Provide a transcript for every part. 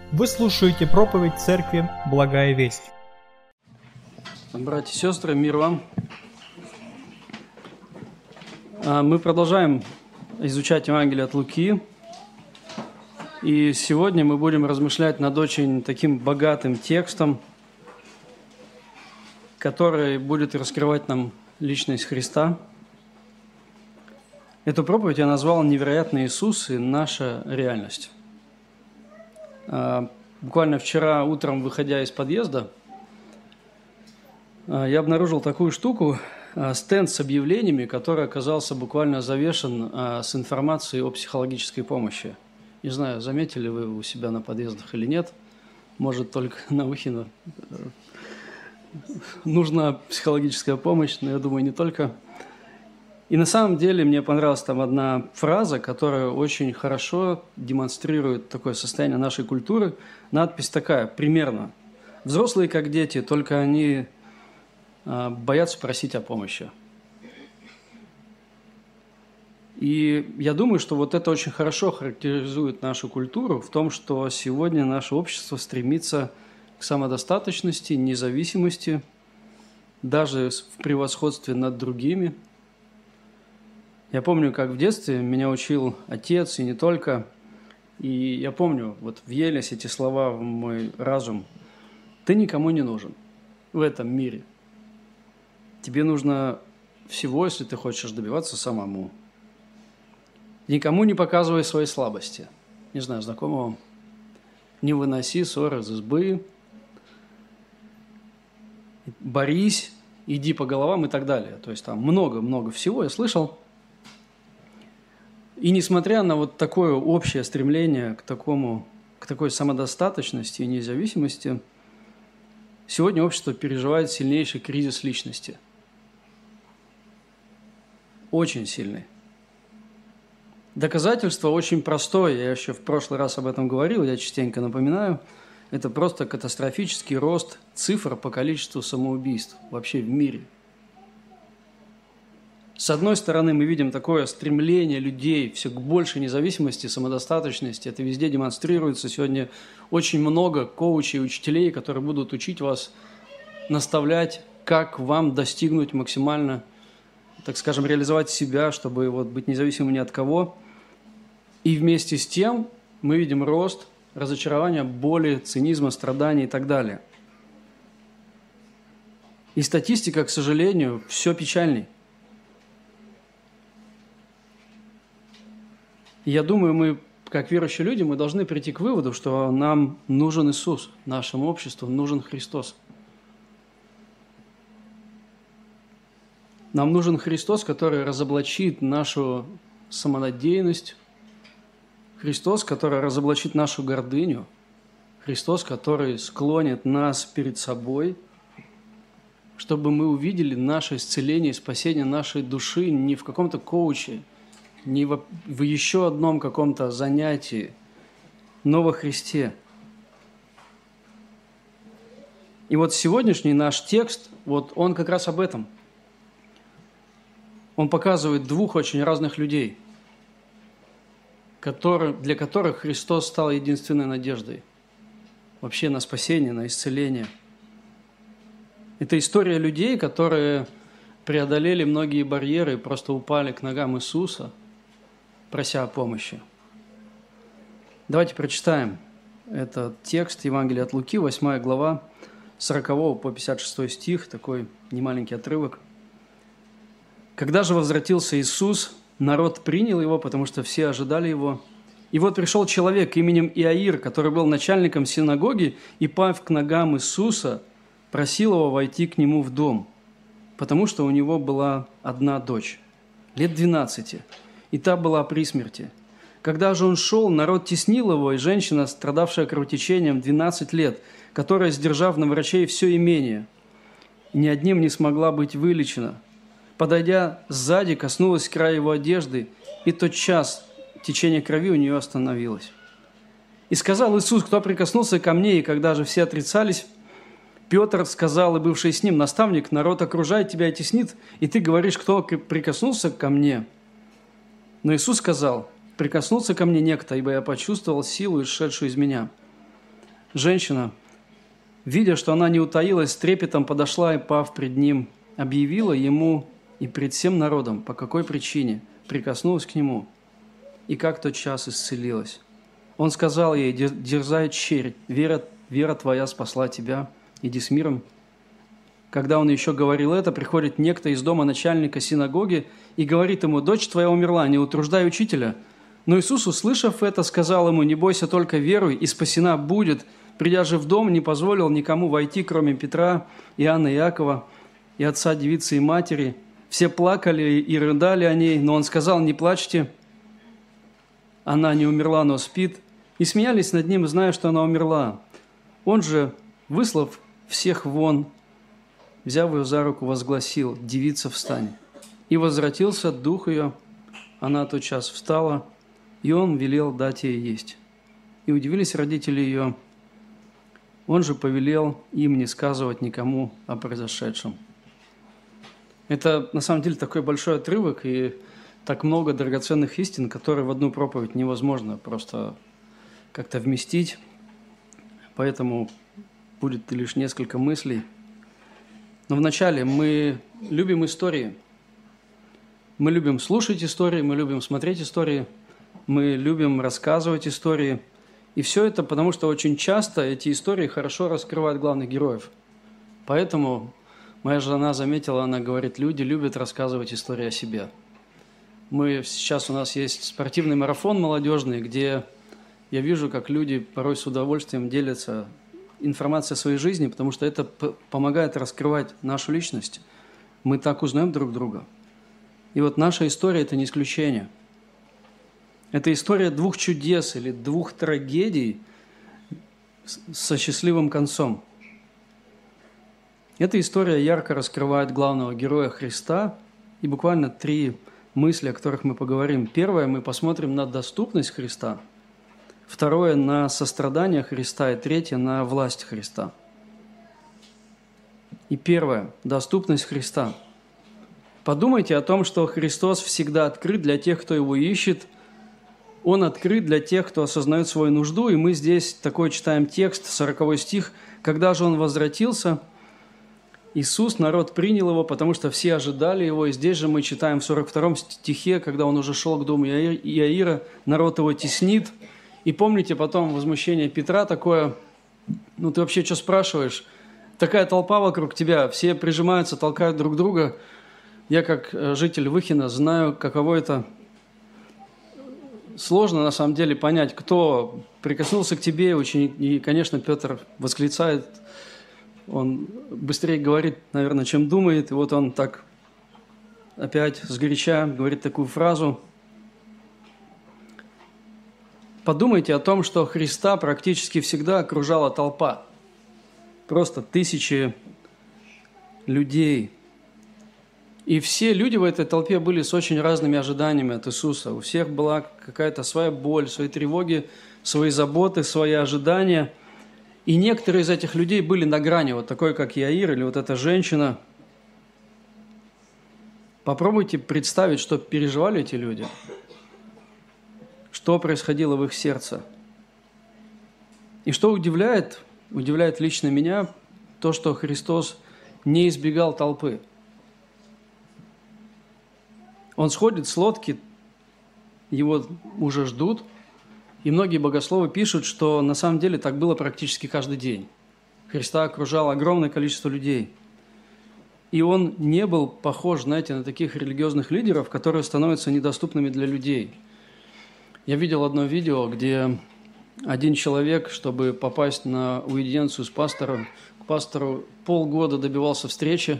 Вы слушаете проповедь Церкви «Благая весть». Братья и сестры, мир вам. Мы продолжаем изучать Евангелие от Луки. И сегодня мы будем размышлять над очень таким богатым текстом, который будет раскрывать нам личность Христа. Эту проповедь я назвал «Невероятный Иисус и наша реальность». Буквально вчера утром, выходя из подъезда, я обнаружил такую штуку, стенд с объявлениями, который оказался буквально завешен с информацией о психологической помощи. Не знаю, заметили вы у себя на подъездах или нет, может, только на Ухино нужна психологическая помощь, но я думаю, не только. И на самом деле мне понравилась там одна фраза, которая очень хорошо демонстрирует такое состояние нашей культуры. Надпись такая, примерно. Взрослые как дети, только они боятся просить о помощи. И я думаю, что вот это очень хорошо характеризует нашу культуру в том, что сегодня наше общество стремится к самодостаточности, независимости, даже в превосходстве над другими. Я помню, как в детстве меня учил отец, и не только. И я помню, вот въелись эти слова в мой разум. Ты никому не нужен в этом мире. Тебе нужно всего, если ты хочешь добиваться самому. Никому не показывай свои слабости. Не знаю, знакомо вам? Не выноси ссор из избы. Борись, иди по головам и так далее. То есть там много-много всего я слышал. И несмотря на вот такое общее стремление к такой самодостаточности и независимости, сегодня общество переживает сильнейший кризис личности. Очень сильный. Доказательство очень простое, я еще в прошлый раз об этом говорил, я частенько напоминаю, это просто катастрофический рост цифр по количеству самоубийств вообще в мире. С одной стороны, мы видим такое стремление людей все к большей независимости, самодостаточности. Это везде демонстрируется. Сегодня очень много коучей, учителей, которые будут учить вас, наставлять, как вам достигнуть максимально, так скажем, реализовать себя, чтобы вот быть независимым ни от кого. И вместе с тем мы видим рост разочарования, боли, цинизма, страданий и так далее. И статистика, к сожалению, все печальней. Я думаю, мы, как верующие люди, мы должны прийти к выводу, что нам нужен Иисус, нашему обществу нужен Христос. Нам нужен Христос, который разоблачит нашу самонадеянность, Христос, который разоблачит нашу гордыню, Христос, который склонит нас перед собой, чтобы мы увидели наше исцеление и спасение нашей души не в каком-то коуче, не в еще одном каком-то занятии, но во Христе. И вот сегодняшний наш текст, вот он как раз об этом. Он показывает двух очень разных людей, для которых Христос стал единственной надеждой вообще на спасение, на исцеление. Это история людей, которые преодолели многие барьеры и просто упали к ногам Иисуса, прося о помощи. Давайте прочитаем этот текст Евангелия от Луки, 8 глава, 40 по 56 стих, такой немаленький отрывок. «Когда же возвратился Иисус, народ принял его, потому что все ожидали его. И вот пришел человек именем Иаир, который был начальником синагоги, и, пав к ногам Иисуса, просил его войти к нему в дом, потому что у него была одна дочь, лет 12, и та была при смерти. Когда же он шел, народ теснил его, и женщина, страдавшая кровотечением 12 лет, которая, сдержав на врачей все имение, ни одним не смогла быть вылечена, подойдя сзади, коснулась края его одежды, и тотчас течение крови у нее остановилось. И сказал Иисус: кто прикоснулся ко мне, и когда же все отрицались, Петр сказал, и бывший с ним: наставник, народ окружает тебя и теснит, и ты говоришь, кто прикоснулся ко мне? Но Иисус сказал: прикоснулся ко мне некто, ибо я почувствовал силу, исшедшую из меня. женщина, видя, что она не утаилась, с трепетом подошла и, пав пред ним, объявила ему и пред всем народом, по какой причине прикоснулась к нему, и как тот час исцелилась. Он сказал ей: дерзай, черь, вера твоя спасла тебя, иди с миром. Когда он еще говорил это, приходит некто из дома начальника синагоги и говорит ему: дочь твоя умерла, не утруждай учителя. Но Иисус, услышав это, сказал ему: не бойся, только веруй, и спасена будет. Придя же в дом, не позволил никому войти, кроме Петра, Иоанна, Иакова и отца девицы и матери. Все плакали и рыдали о ней, но он сказал: не плачьте, она не умерла, но спит. И смеялись над ним, зная, что она умерла. Он же, выслав всех вон, взяв ее за руку, возгласил: девица, встань. И возвратился дух ее, она тотчас встала, и он велел дать ей есть. И удивились родители ее. Он же повелел им не сказывать никому о произошедшем. Это на самом деле такой большой отрывок и так много драгоценных истин, которые в одну проповедь невозможно просто как-то вместить. Поэтому будет лишь несколько мыслей. Но вначале мы любим истории. Мы любим слушать истории, мы любим смотреть истории, мы любим рассказывать истории. И все это потому, что очень часто эти истории хорошо раскрывают главных героев. Поэтому моя жена заметила, она говорит: люди любят рассказывать истории о себе. Сейчас у нас есть спортивный марафон молодежный, где я вижу, как люди порой с удовольствием делятся информацией о своей жизни, потому что это помогает раскрывать нашу личность. Мы так узнаем друг друга. И вот наша история – это не исключение. Это история двух чудес или двух трагедий со счастливым концом. Эта история ярко раскрывает главного героя Христа. И буквально 3 мысли, о которых мы поговорим. Первое, мы посмотрим на доступность Христа. Второе, на сострадание Христа. И третье, на власть Христа. И первое, доступность Христа. Подумайте о том, что Христос всегда открыт для тех, кто Его ищет. Он открыт для тех, кто осознает свою нужду. И мы здесь такой читаем текст, 40 стих. «Когда же Он возвратился, Иисус, народ принял Его, потому что все ожидали Его». И здесь же мы читаем в 42 стихе, когда Он уже шел к дому Иаира, народ Его теснит. И помните потом возмущение Петра такое: ну ты вообще что спрашиваешь? Такая толпа вокруг тебя, все прижимаются, толкают друг друга. Я как житель Выхина знаю, каково это. Сложно на самом деле понять, кто прикоснулся к тебе, ученик. И, конечно, Петр восклицает, он быстрее говорит, наверное, чем думает. И вот он так опять сгоряча говорит такую фразу. Подумайте о том, что Христа практически всегда окружала толпа. Просто тысячи людей. И все люди в этой толпе были с очень разными ожиданиями от Иисуса. У всех была какая-то своя боль, свои тревоги, свои заботы, свои ожидания. И некоторые из этих людей были на грани, вот такой, как Иаир или вот эта женщина. Попробуйте представить, что переживали эти люди, что происходило в их сердце. И что удивляет лично меня, то, что Христос не избегал толпы. Он сходит с лодки, его уже ждут, и многие богословы пишут, что на самом деле так было практически каждый день. Христа окружало огромное количество людей. И он не был похож, знаете, на таких религиозных лидеров, которые становятся недоступными для людей. Я видел одно видео, где один человек, чтобы попасть на аудиенцию к пастору полгода добивался встречи.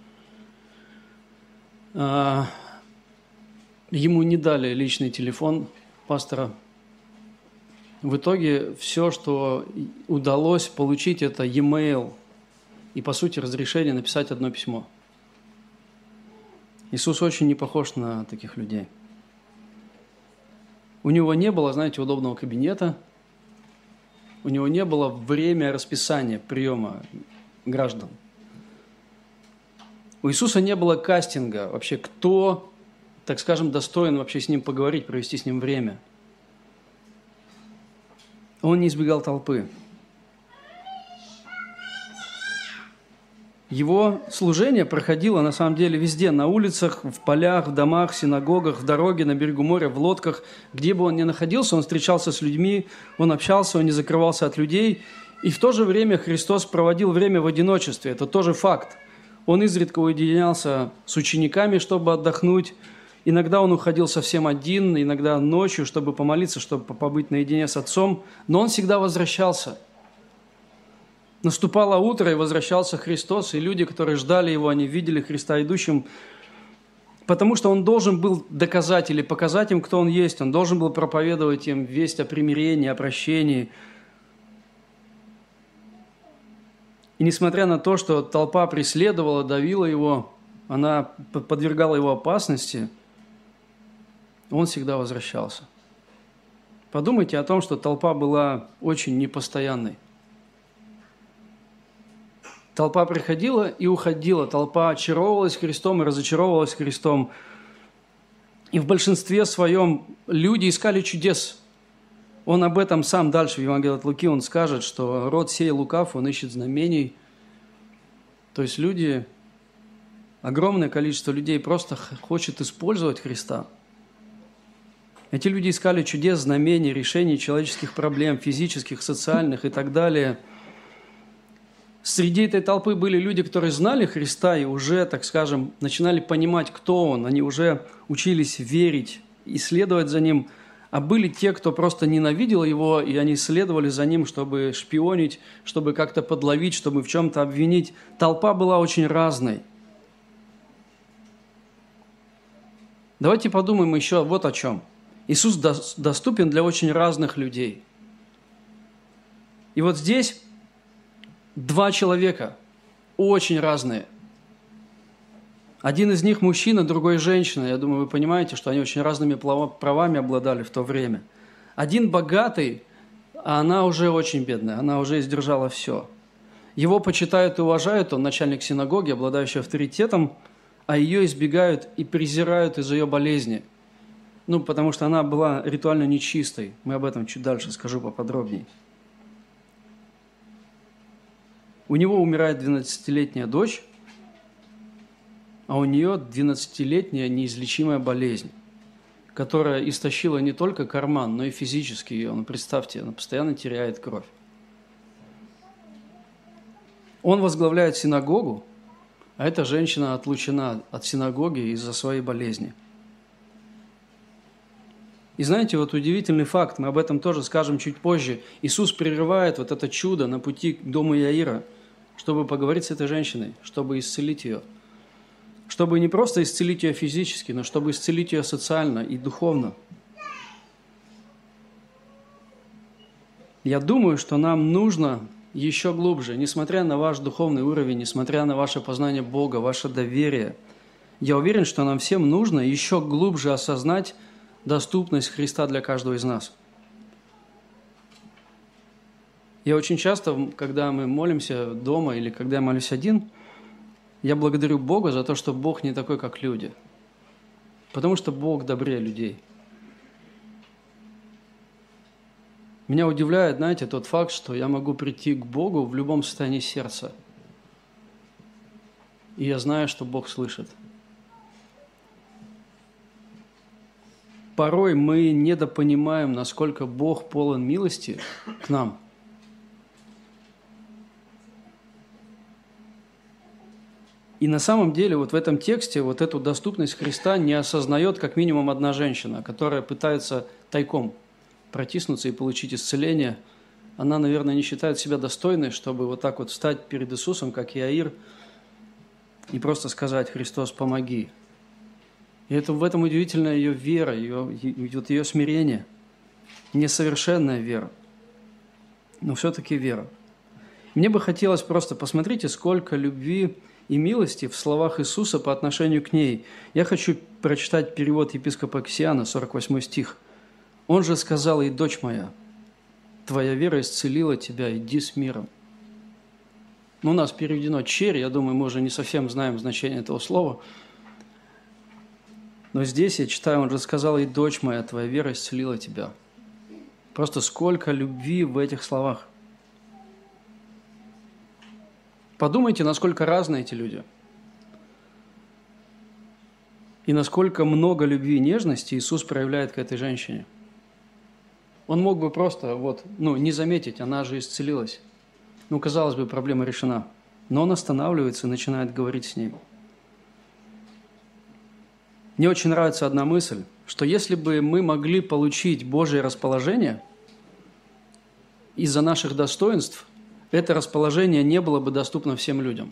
Ему не дали личный телефон пастора. В итоге все, что удалось получить, это e-mail и, по сути, разрешение написать одно письмо. Иисус очень не похож на таких людей. У него не было, знаете, удобного кабинета, у него не было время расписания приема граждан. У Иисуса не было кастинга, вообще кто, так скажем, достоин вообще с ним поговорить, провести с ним время. Он не избегал толпы. Его служение проходило на самом деле везде, на улицах, в полях, в домах, в синагогах, в дороге, на берегу моря, в лодках. Где бы он ни находился, он встречался с людьми, он общался, он не закрывался от людей. И в то же время Христос проводил время в одиночестве. Это тоже факт. Он изредка уединялся с учениками, чтобы отдохнуть. Иногда он уходил совсем один, иногда ночью, чтобы помолиться, чтобы побыть наедине с Отцом. Но он всегда возвращался. Наступало утро, и возвращался Христос, и люди, которые ждали Его, они видели Христа идущим, потому что Он должен был доказать или показать им, кто Он есть. Он должен был проповедовать им весть о примирении, о прощении. И несмотря на то, что толпа преследовала, давила Его, она подвергала Его опасности, Он всегда возвращался. Подумайте о том, что толпа была очень непостоянной. Толпа приходила и уходила, толпа очаровывалась Христом и разочаровывалась Христом. И в большинстве своем люди искали чудес. Он об этом сам дальше в Евангелии от Луки, он скажет, что род сей лукав, он ищет знамений. То есть люди, огромное количество людей просто хочет использовать Христа. Эти люди искали чудес, знамений, решений человеческих проблем, физических, социальных и так далее. Среди этой толпы были люди, которые знали Христа и уже, так скажем, начинали понимать, кто Он. Они уже учились верить, исследовать за Ним. А были те, кто просто ненавидел Его, и они следовали за Ним, чтобы шпионить, чтобы как-то подловить, чтобы в чем-то обвинить. Толпа была очень разной. Давайте подумаем еще вот о чем. Иисус доступен для очень разных людей. И вот здесь два человека, очень разные. Один из них мужчина, другой женщина. Я думаю, вы понимаете, что они очень разными правами обладали в то время. Один богатый, а она уже очень бедная, она уже издержала все. Его почитают и уважают, он начальник синагоги, обладающий авторитетом, а ее избегают и презирают из-за ее болезни. Потому что она была ритуально нечистой. Мы об этом чуть дальше скажу поподробнее. У него умирает 12-летняя дочь, а у нее 12-летняя неизлечимая болезнь, которая истощила не только карман, но и физически ее. Представьте, она постоянно теряет кровь. Он возглавляет синагогу, а эта женщина отлучена от синагоги из-за своей болезни. И знаете, вот удивительный факт, мы об этом тоже скажем чуть позже. Иисус прерывает вот это чудо на пути к дому Иаира, чтобы поговорить с этой женщиной, чтобы исцелить ее. Чтобы не просто исцелить ее физически, но чтобы исцелить ее социально и духовно. Я думаю, что нам нужно еще глубже, несмотря на ваш духовный уровень, несмотря на ваше познание Бога, ваше доверие. Я уверен, что нам всем нужно еще глубже осознать доступность Христа для каждого из нас. Я очень часто, когда мы молимся дома или когда я молюсь один, я благодарю Бога за то, что Бог не такой, как люди. Потому что Бог добрее людей. Меня удивляет, знаете, тот факт, что я могу прийти к Богу в любом состоянии сердца. И я знаю, что Бог слышит. Порой мы недопонимаем, насколько Бог полон милости к нам. И на самом деле вот в этом тексте вот эту доступность Христа не осознает как минимум одна женщина, которая пытается тайком протиснуться и получить исцеление. Она, наверное, не считает себя достойной, чтобы вот так вот встать перед Иисусом, как Иаир, и просто сказать: «Христос, помоги». И это в этом удивительная ее вера, ее смирение. Несовершенная вера, но все-таки вера. Мне бы хотелось просто, посмотрите, сколько любви и милости в словах Иисуса по отношению к ней. Я хочу прочитать перевод епископа Ксиана, 48 стих. «Он же сказал ей: дочь моя, твоя вера исцелила тебя, иди с миром». У нас переведено «черь», я думаю, мы уже не совсем знаем значение этого слова. Но здесь я читаю: «Он же сказал ей: дочь моя, твоя вера исцелила тебя». Просто сколько любви в этих словах. Подумайте, насколько разные эти люди. И насколько много любви и нежности Иисус проявляет к этой женщине. Он мог бы просто не заметить, она же исцелилась. Казалось бы, проблема решена. Но он останавливается и начинает говорить с ней. Мне очень нравится одна мысль, что если бы мы могли получить Божье расположение из-за наших достоинств, это расположение не было бы доступно всем людям.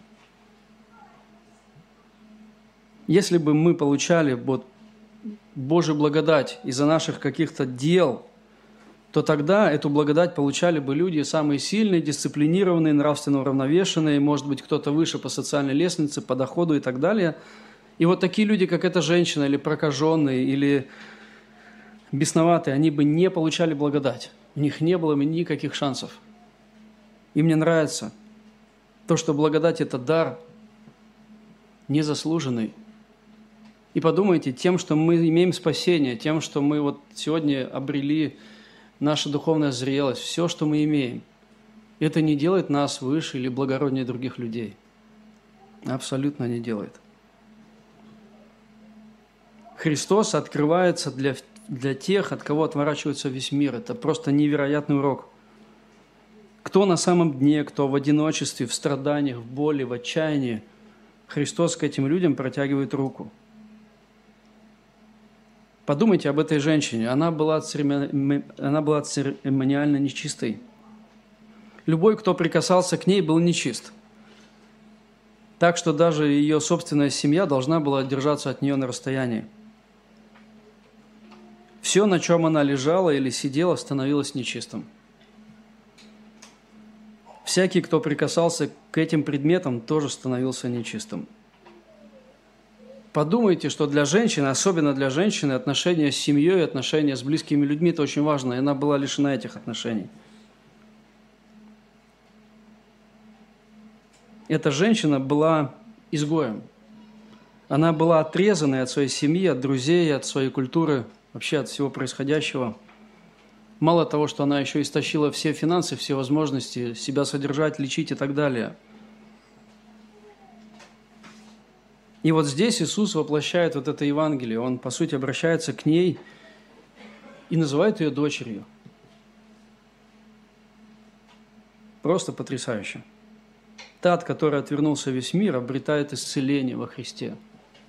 Если бы мы получали Божью благодать из-за наших каких-то дел, то тогда эту благодать получали бы люди самые сильные, дисциплинированные, нравственно уравновешенные, может быть, кто-то выше по социальной лестнице, по доходу и так далее. И такие люди, как эта женщина, или прокаженные, или бесноватые, они бы не получали благодать. У них не было бы никаких шансов. И мне нравится то, что благодать – это дар незаслуженный. И подумайте, тем, что мы имеем спасение, тем, что мы сегодня обрели наша духовная зрелость, все, что мы имеем, это не делает нас выше или благороднее других людей. Абсолютно не делает. Христос открывается для тех, от кого отворачивается весь мир. Это просто невероятный урок. Кто на самом дне, кто в одиночестве, в страданиях, в боли, в отчаянии, Христос к этим людям протягивает руку. Подумайте об этой женщине. Она была церемониально нечистой. Любой, кто прикасался к ней, был нечист. Так что даже ее собственная семья должна была держаться от нее на расстоянии. Все, на чем она лежала или сидела, становилось нечистым. Всякий, кто прикасался к этим предметам, тоже становился нечистым. Подумайте, что для женщины, особенно для женщины, отношения с семьей, отношения с близкими людьми – это очень важно, и она была лишена этих отношений. Эта женщина была изгоем. Она была отрезанной от своей семьи, от друзей, от своей культуры, вообще от всего происходящего. Мало того, что она еще истощила все финансы, все возможности себя содержать, лечить и так далее. И здесь Иисус воплощает это Евангелие. Он, по сути, обращается к ней и называет ее дочерью. Просто потрясающе. Та, от которой отвернулся весь мир, обретает исцеление во Христе.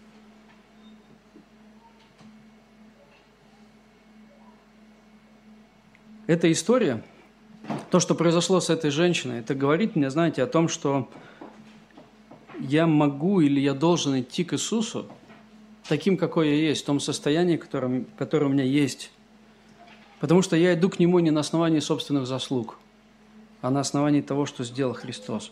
Эта история, то, что произошло с этой женщиной, это говорит мне, знаете, о том, что я могу или я должен идти к Иисусу таким, какой я есть, в том состоянии, которое у меня есть. Потому что я иду к Нему не на основании собственных заслуг, а на основании того, что сделал Христос.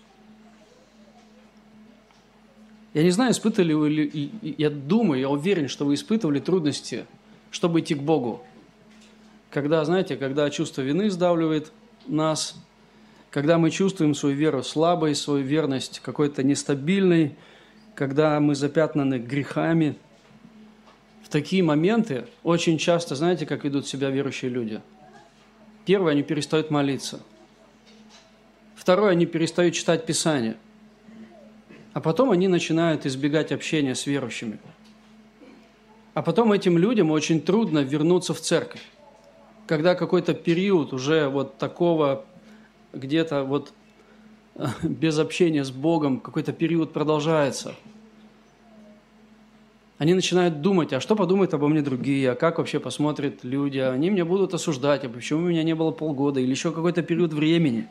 Я не знаю, испытывали вы, я думаю, я уверен, что вы испытывали трудности, чтобы идти к Богу. Когда чувство вины сдавливает нас, когда мы чувствуем свою веру слабой, свою верность какой-то нестабильной, когда мы запятнаны грехами. В такие моменты очень часто, знаете, как ведут себя верующие люди? Первое, они перестают молиться. Второе, они перестают читать Писание. А потом они начинают избегать общения с верующими. А потом этим людям очень трудно вернуться в церковь. Когда какой-то период уже такого где-то без общения с Богом, какой-то период продолжается, они начинают думать, а что подумают обо мне другие, а как вообще посмотрят люди, они меня будут осуждать, а почему у меня не было полгода или еще какой-то период времени.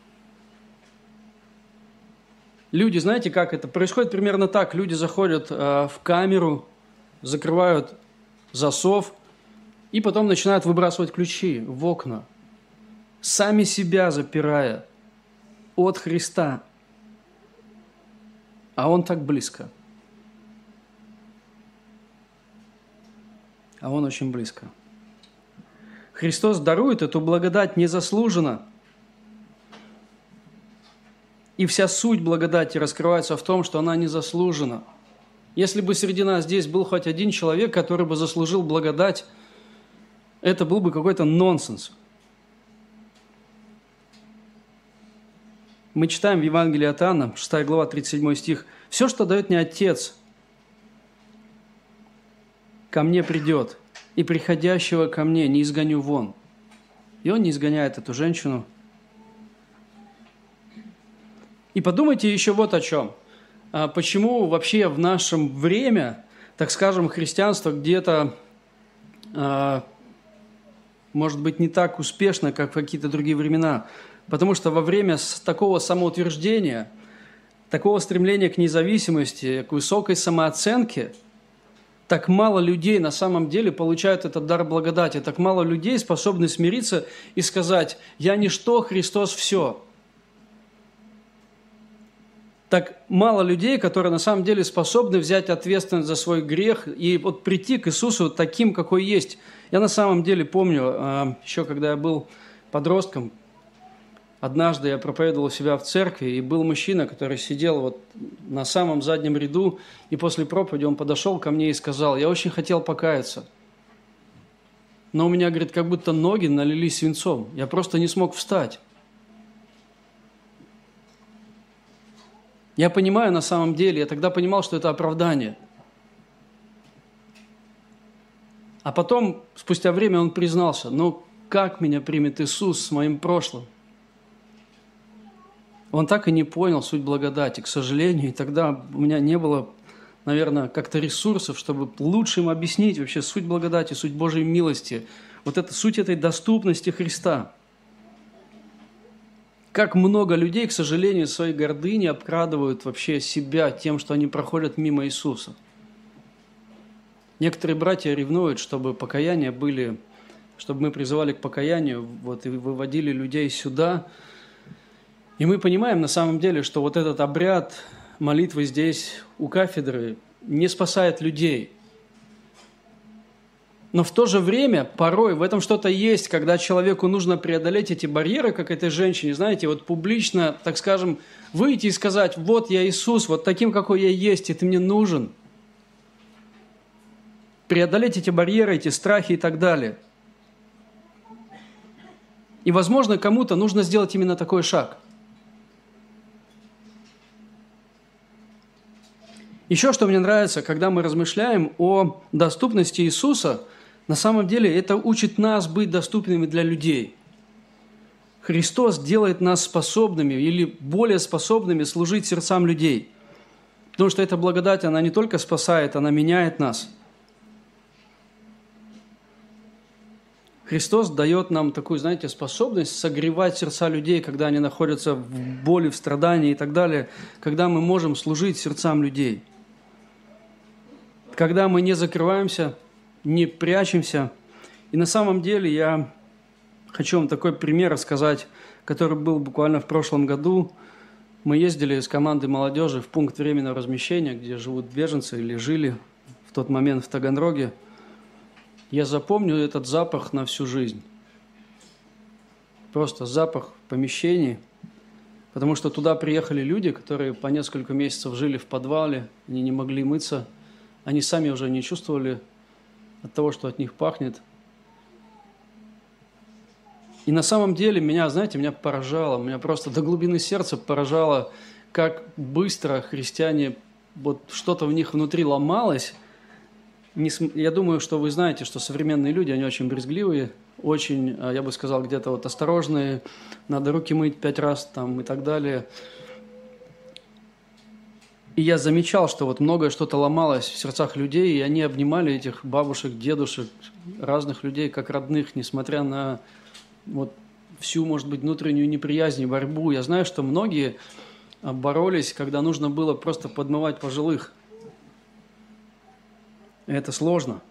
Люди, знаете, как это происходит примерно так, люди заходят в камеру, закрывают засов, и потом начинают выбрасывать ключи в окна, сами себя запирая от Христа. А Он так близко. А Он очень близко. Христос дарует эту благодать незаслуженно. И вся суть благодати раскрывается в том, что она незаслужена. Если бы среди нас здесь был хоть один человек, который бы заслужил благодать, это был бы какой-то нонсенс. Мы читаем в Евангелии от Иоанна, 6 глава, 37 стих. «Все, что дает мне Отец, ко мне придет, и приходящего ко мне не изгоню вон». И он не изгоняет эту женщину. И подумайте еще вот о чем. Почему вообще в наше время, так скажем, христианство где-то, может быть, не так успешно, как в какие-то другие времена. Потому что во время такого самоутверждения, такого стремления к независимости, к высокой самооценке, так мало людей на самом деле получают этот дар благодати, так мало людей способны смириться и сказать: «Я ничто, Христос все». Так мало людей, которые на самом деле способны взять ответственность за свой грех и вот прийти к Иисусу таким, какой есть. Я на самом деле помню, еще когда я был подростком, однажды я проповедовал себя в церкви, и был мужчина, который сидел вот на самом заднем ряду, и после проповеди он подошел ко мне и сказал: «Я очень хотел покаяться, но у меня, говорит, как будто ноги налились свинцом, я просто не смог встать». Я понимаю на самом деле, я тогда понимал, что это оправдание. А потом, спустя время, он признался: «Ну, как меня примет Иисус с моим прошлым?» Он так и не понял суть благодати, к сожалению, и тогда у меня не было, наверное, как-то ресурсов, чтобы лучше им объяснить вообще суть благодати, суть Божьей милости, вот это суть этой доступности Христа. Как много людей, к сожалению, своей гордыни обкрадывают вообще себя тем, что они проходят мимо Иисуса. Некоторые братья ревнуют, чтобы покаяния были, чтобы мы призывали к покаянию, вот, и выводили людей сюда. И мы понимаем на самом деле, что вот этот обряд молитвы здесь у кафедры не спасает людей. Но в то же время порой в этом что-то есть, когда человеку нужно преодолеть эти барьеры, как этой женщине, знаете, вот публично, так скажем, выйти и сказать: «Вот я Иисус, вот таким, какой я есть, и ты мне нужен». Преодолеть эти барьеры, эти страхи и так далее. И, возможно, кому-то нужно сделать именно такой шаг. Еще что мне нравится, когда мы размышляем о доступности Иисуса, на самом деле это учит нас быть доступными для людей. Христос делает нас способными или более способными служить сердцам людей. Потому что эта благодать, она не только спасает, она меняет нас. Христос дает нам такую, знаете, способность согревать сердца людей, когда они находятся в боли, в страдании и так далее, когда мы можем служить сердцам людей. Когда мы не закрываемся, не прячемся. И на самом деле я хочу вам такой пример рассказать, который был буквально в прошлом году. Мы ездили с командой молодежи в пункт временного размещения, где живут беженцы или жили в тот момент в Таганроге. Я запомню этот запах на всю жизнь. Просто запах помещений. Потому что туда приехали люди, которые по несколько месяцев жили в подвале, они не могли мыться. Они сами уже не чувствовали от того, что от них пахнет. И на самом деле меня поражало, меня просто до глубины сердца поражало, как быстро христиане, вот что-то в них внутри ломалось. Я думаю, что вы знаете, что современные люди, они очень брезгливые, очень, я бы сказал, где-то вот осторожные, надо руки мыть 5 раз там и так далее. И я замечал, что вот многое что-то ломалось в сердцах людей, и они обнимали этих бабушек, дедушек, разных людей как родных, несмотря на вот всю, может быть, внутреннюю неприязнь и борьбу. Я знаю, что многие боролись, когда нужно было просто подмывать пожилых. И это сложно.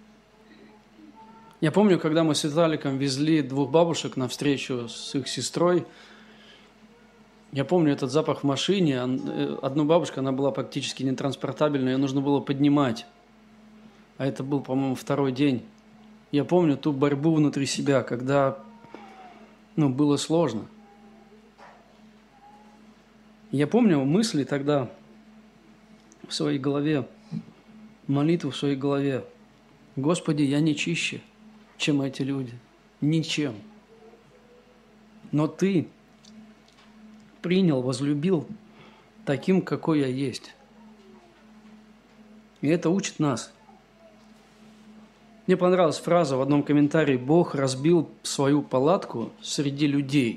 Я помню, когда мы с Виталиком везли 2 бабушек на встречу с их сестрой, я помню этот запах в машине. Одну бабушку, она была практически нетранспортабельна, ее нужно было поднимать. А это был, по-моему, 2-й день. Я помню ту борьбу внутри себя, когда было сложно. Я помню мысли тогда в своей голове, молитву в своей голове. Господи, я не чище, чем эти люди. Ничем. Но Ты принял, возлюбил таким, какой я есть. И это учит нас. Мне понравилась фраза в одном комментарии: «Бог разбил свою палатку среди людей».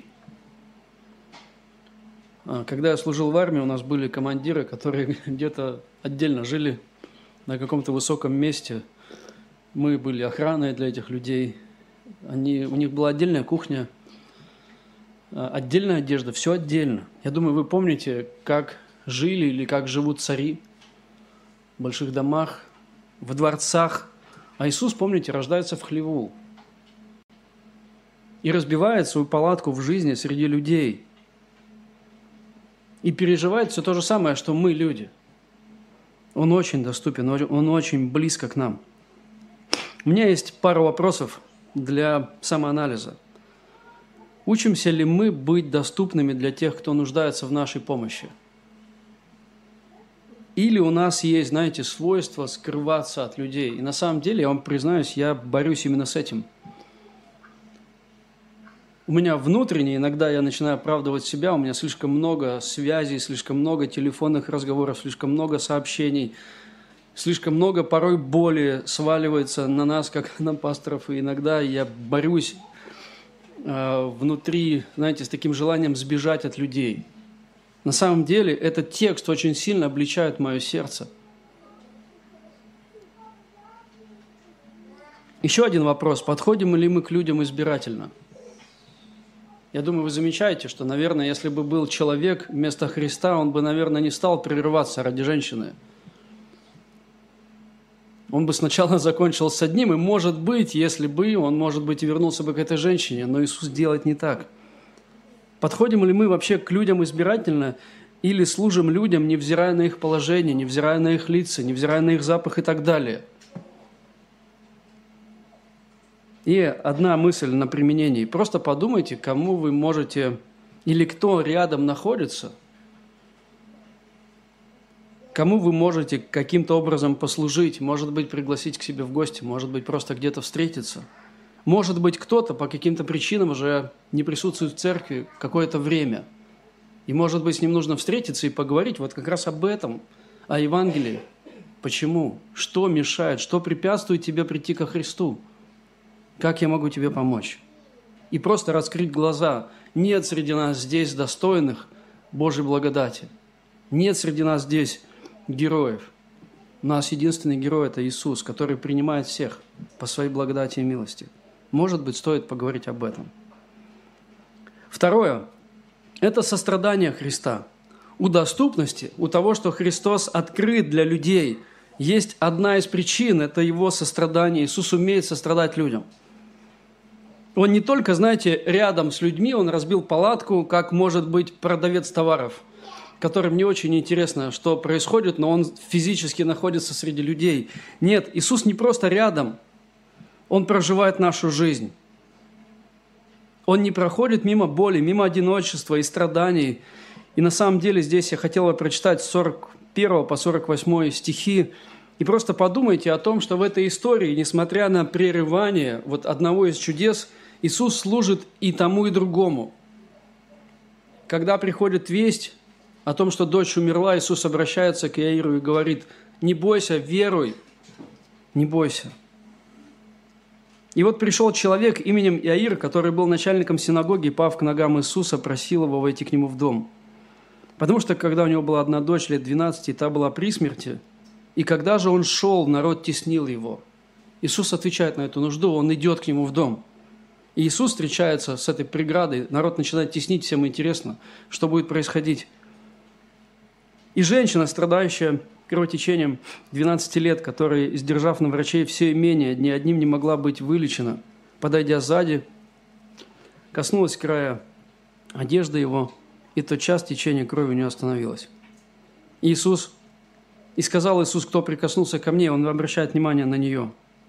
Когда я служил в армии, у нас были командиры, которые где-то отдельно жили на каком-то высоком месте. Мы были охраной для этих людей. У них была отдельная кухня, отдельная одежда, все отдельно. Я думаю, вы помните, как жили или как живут цари в больших домах, в дворцах. А Иисус, помните, рождается в хлеву и разбивает свою палатку в жизни среди людей. И переживает все то же самое, что мы, люди. Он очень доступен, он очень близко к нам. У меня есть пара вопросов для самоанализа. Учимся ли мы быть доступными для тех, кто нуждается в нашей помощи? Или у нас есть, знаете, свойство скрываться от людей? И на самом деле, я вам признаюсь, я борюсь именно с этим. У меня внутренне, иногда я начинаю оправдывать себя, у меня слишком много связей, слишком много телефонных разговоров, слишком много сообщений, слишком много порой боли сваливается на нас, как на пасторов, и иногда я борюсь внутри, знаете, с таким желанием сбежать от людей. На самом деле, этот текст очень сильно обличает мое сердце. Еще один вопрос. Подходим ли мы к людям избирательно? Я думаю, вы замечаете, что, наверное, если бы был человек вместо Христа, он бы, наверное, не стал прерываться ради женщины. Он бы сначала закончил с одним, и, может быть, если бы, он, может быть, и вернулся бы к этой женщине, но Иисус делает не так. Подходим ли мы вообще к людям избирательно или служим людям, невзирая на их положение, невзирая на их лица, невзирая на их запах и так далее? И одна мысль на применении. Просто подумайте, кому вы можете, или кто рядом находится, кому вы можете каким-то образом послужить, может быть, пригласить к себе в гости, может быть, просто где-то встретиться. Может быть, кто-то по каким-то причинам уже не присутствует в церкви какое-то время. И, может быть, с ним нужно встретиться и поговорить вот как раз об этом, о Евангелии. Почему? Что мешает? Что препятствует тебе прийти ко Христу? Как я могу тебе помочь? И просто раскрыть глаза. Нет среди нас здесь достойных Божьей благодати. Нет среди нас здесь героев. У нас единственный герой – это Иисус, который принимает всех по своей благодати и милости. Может быть, стоит поговорить об этом. Второе – это сострадание Христа. У доступности, у того, что Христос открыт для людей, есть одна из причин – это Его сострадание. Иисус умеет сострадать людям. Он не только, знаете, рядом с людьми, Он разбил палатку, как может быть продавец товаров, которым не очень интересно, что происходит, но он физически находится среди людей. Нет, Иисус не просто рядом, Он проживает нашу жизнь. Он не проходит мимо боли, мимо одиночества и страданий. И на самом деле здесь я хотел бы прочитать с 41 по 48 стихи. И просто подумайте о том, что в этой истории, несмотря на прерывание вот одного из чудес, Иисус служит и тому, и другому. Когда приходит весть о том, что дочь умерла, Иисус обращается к Иаиру и говорит: «Не бойся, веруй, не бойся». И вот пришел человек именем Иаир, который был начальником синагоги, и, пав к ногам Иисуса, просил его войти к нему в дом. Потому что, когда у него была одна дочь лет 12, и та была при смерти, и когда же он шел, народ теснил его. Иисус отвечает на эту нужду, он идет к нему в дом. И Иисус встречается с этой преградой, народ начинает теснить, всем интересно, что будет происходить. И женщина, страдающая кровотечением 12 лет, которая, сдержав на врачей все имение, ни одним не могла быть вылечена, подойдя сзади, коснулась края одежды его, и тотчас течение крови у нее остановилось. И сказал Иисус: кто прикоснулся ко мне, он обращает внимание на нее.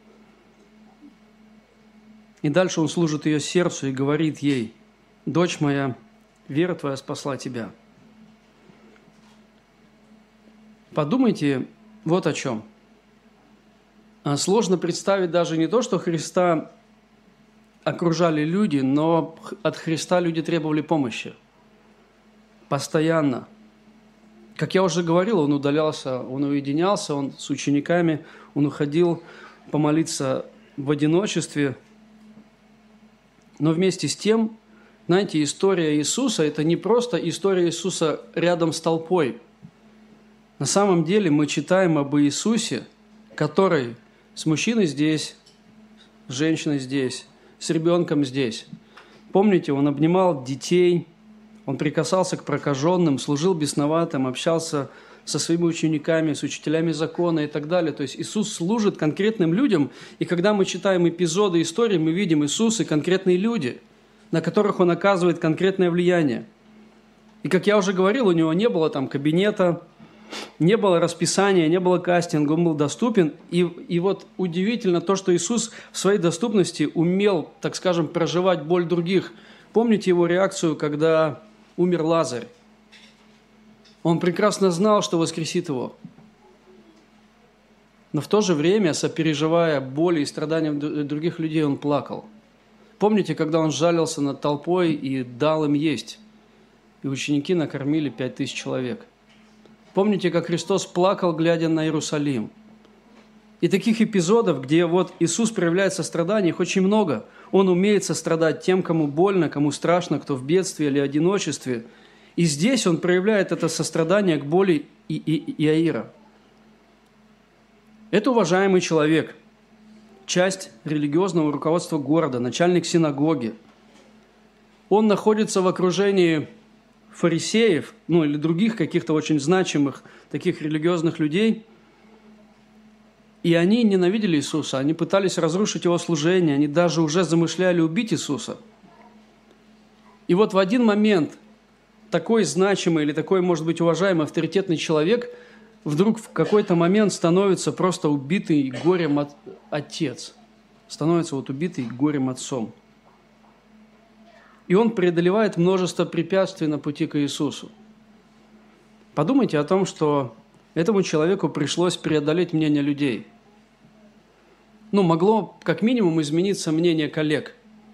И дальше он служит ее сердцу и говорит ей: дочь моя, вера твоя спасла тебя. Подумайте вот о чем. Сложно представить даже не то, что Христа окружали люди, но от Христа люди требовали помощи. постоянно. Как я уже говорил, он удалялся, он уединялся, он с учениками, он уходил помолиться в одиночестве. Но вместе с тем, знаете, история Иисуса – это не просто история Иисуса рядом с толпой. На самом деле мы читаем об Иисусе, который с мужчиной здесь, с женщиной здесь, с ребенком здесь. Помните, он обнимал детей, он прикасался к прокаженным, служил бесноватым, общался со своими учениками, с учителями закона и так далее. То есть Иисус служит конкретным людям, и когда мы читаем эпизоды истории, мы видим Иисуса и конкретные люди, на которых Он оказывает конкретное влияние. И, как я уже говорил, у Него не было там кабинета, не было расписания, не было кастинга, Он был доступен. И вот удивительно то, что Иисус в своей доступности умел, так скажем, проживать боль других. Помните Его реакцию, когда умер Лазарь? Он прекрасно знал, что воскресит его. Но в то же время, сопереживая боли и страдания других людей, он плакал. Помните, когда он жалился над толпой и дал им есть? И ученики накормили 5000 человек. Помните, как Христос плакал, глядя на Иерусалим? И таких эпизодов, где вот Иисус проявляет сострадание, их очень много. Он умеет сострадать тем, кому больно, кому страшно, кто в бедстве или одиночестве. И здесь он проявляет это сострадание к боли Иаира. Это уважаемый человек, часть религиозного руководства города, начальник синагоги. Он находится в окружении фарисеев, или других каких-то очень значимых таких религиозных людей. И они ненавидели Иисуса, они пытались разрушить Его служение, они даже уже замышляли убить Иисуса. И вот в один момент такой значимый или такой, может быть, уважаемый, авторитетный человек вдруг в какой-то момент становится просто убитый горем отец. Становится убитый горем отцом. И он преодолевает множество препятствий на пути к Иисусу. Подумайте о том, что этому человеку пришлось преодолеть мнение людей. Могло как минимум измениться мнение коллег.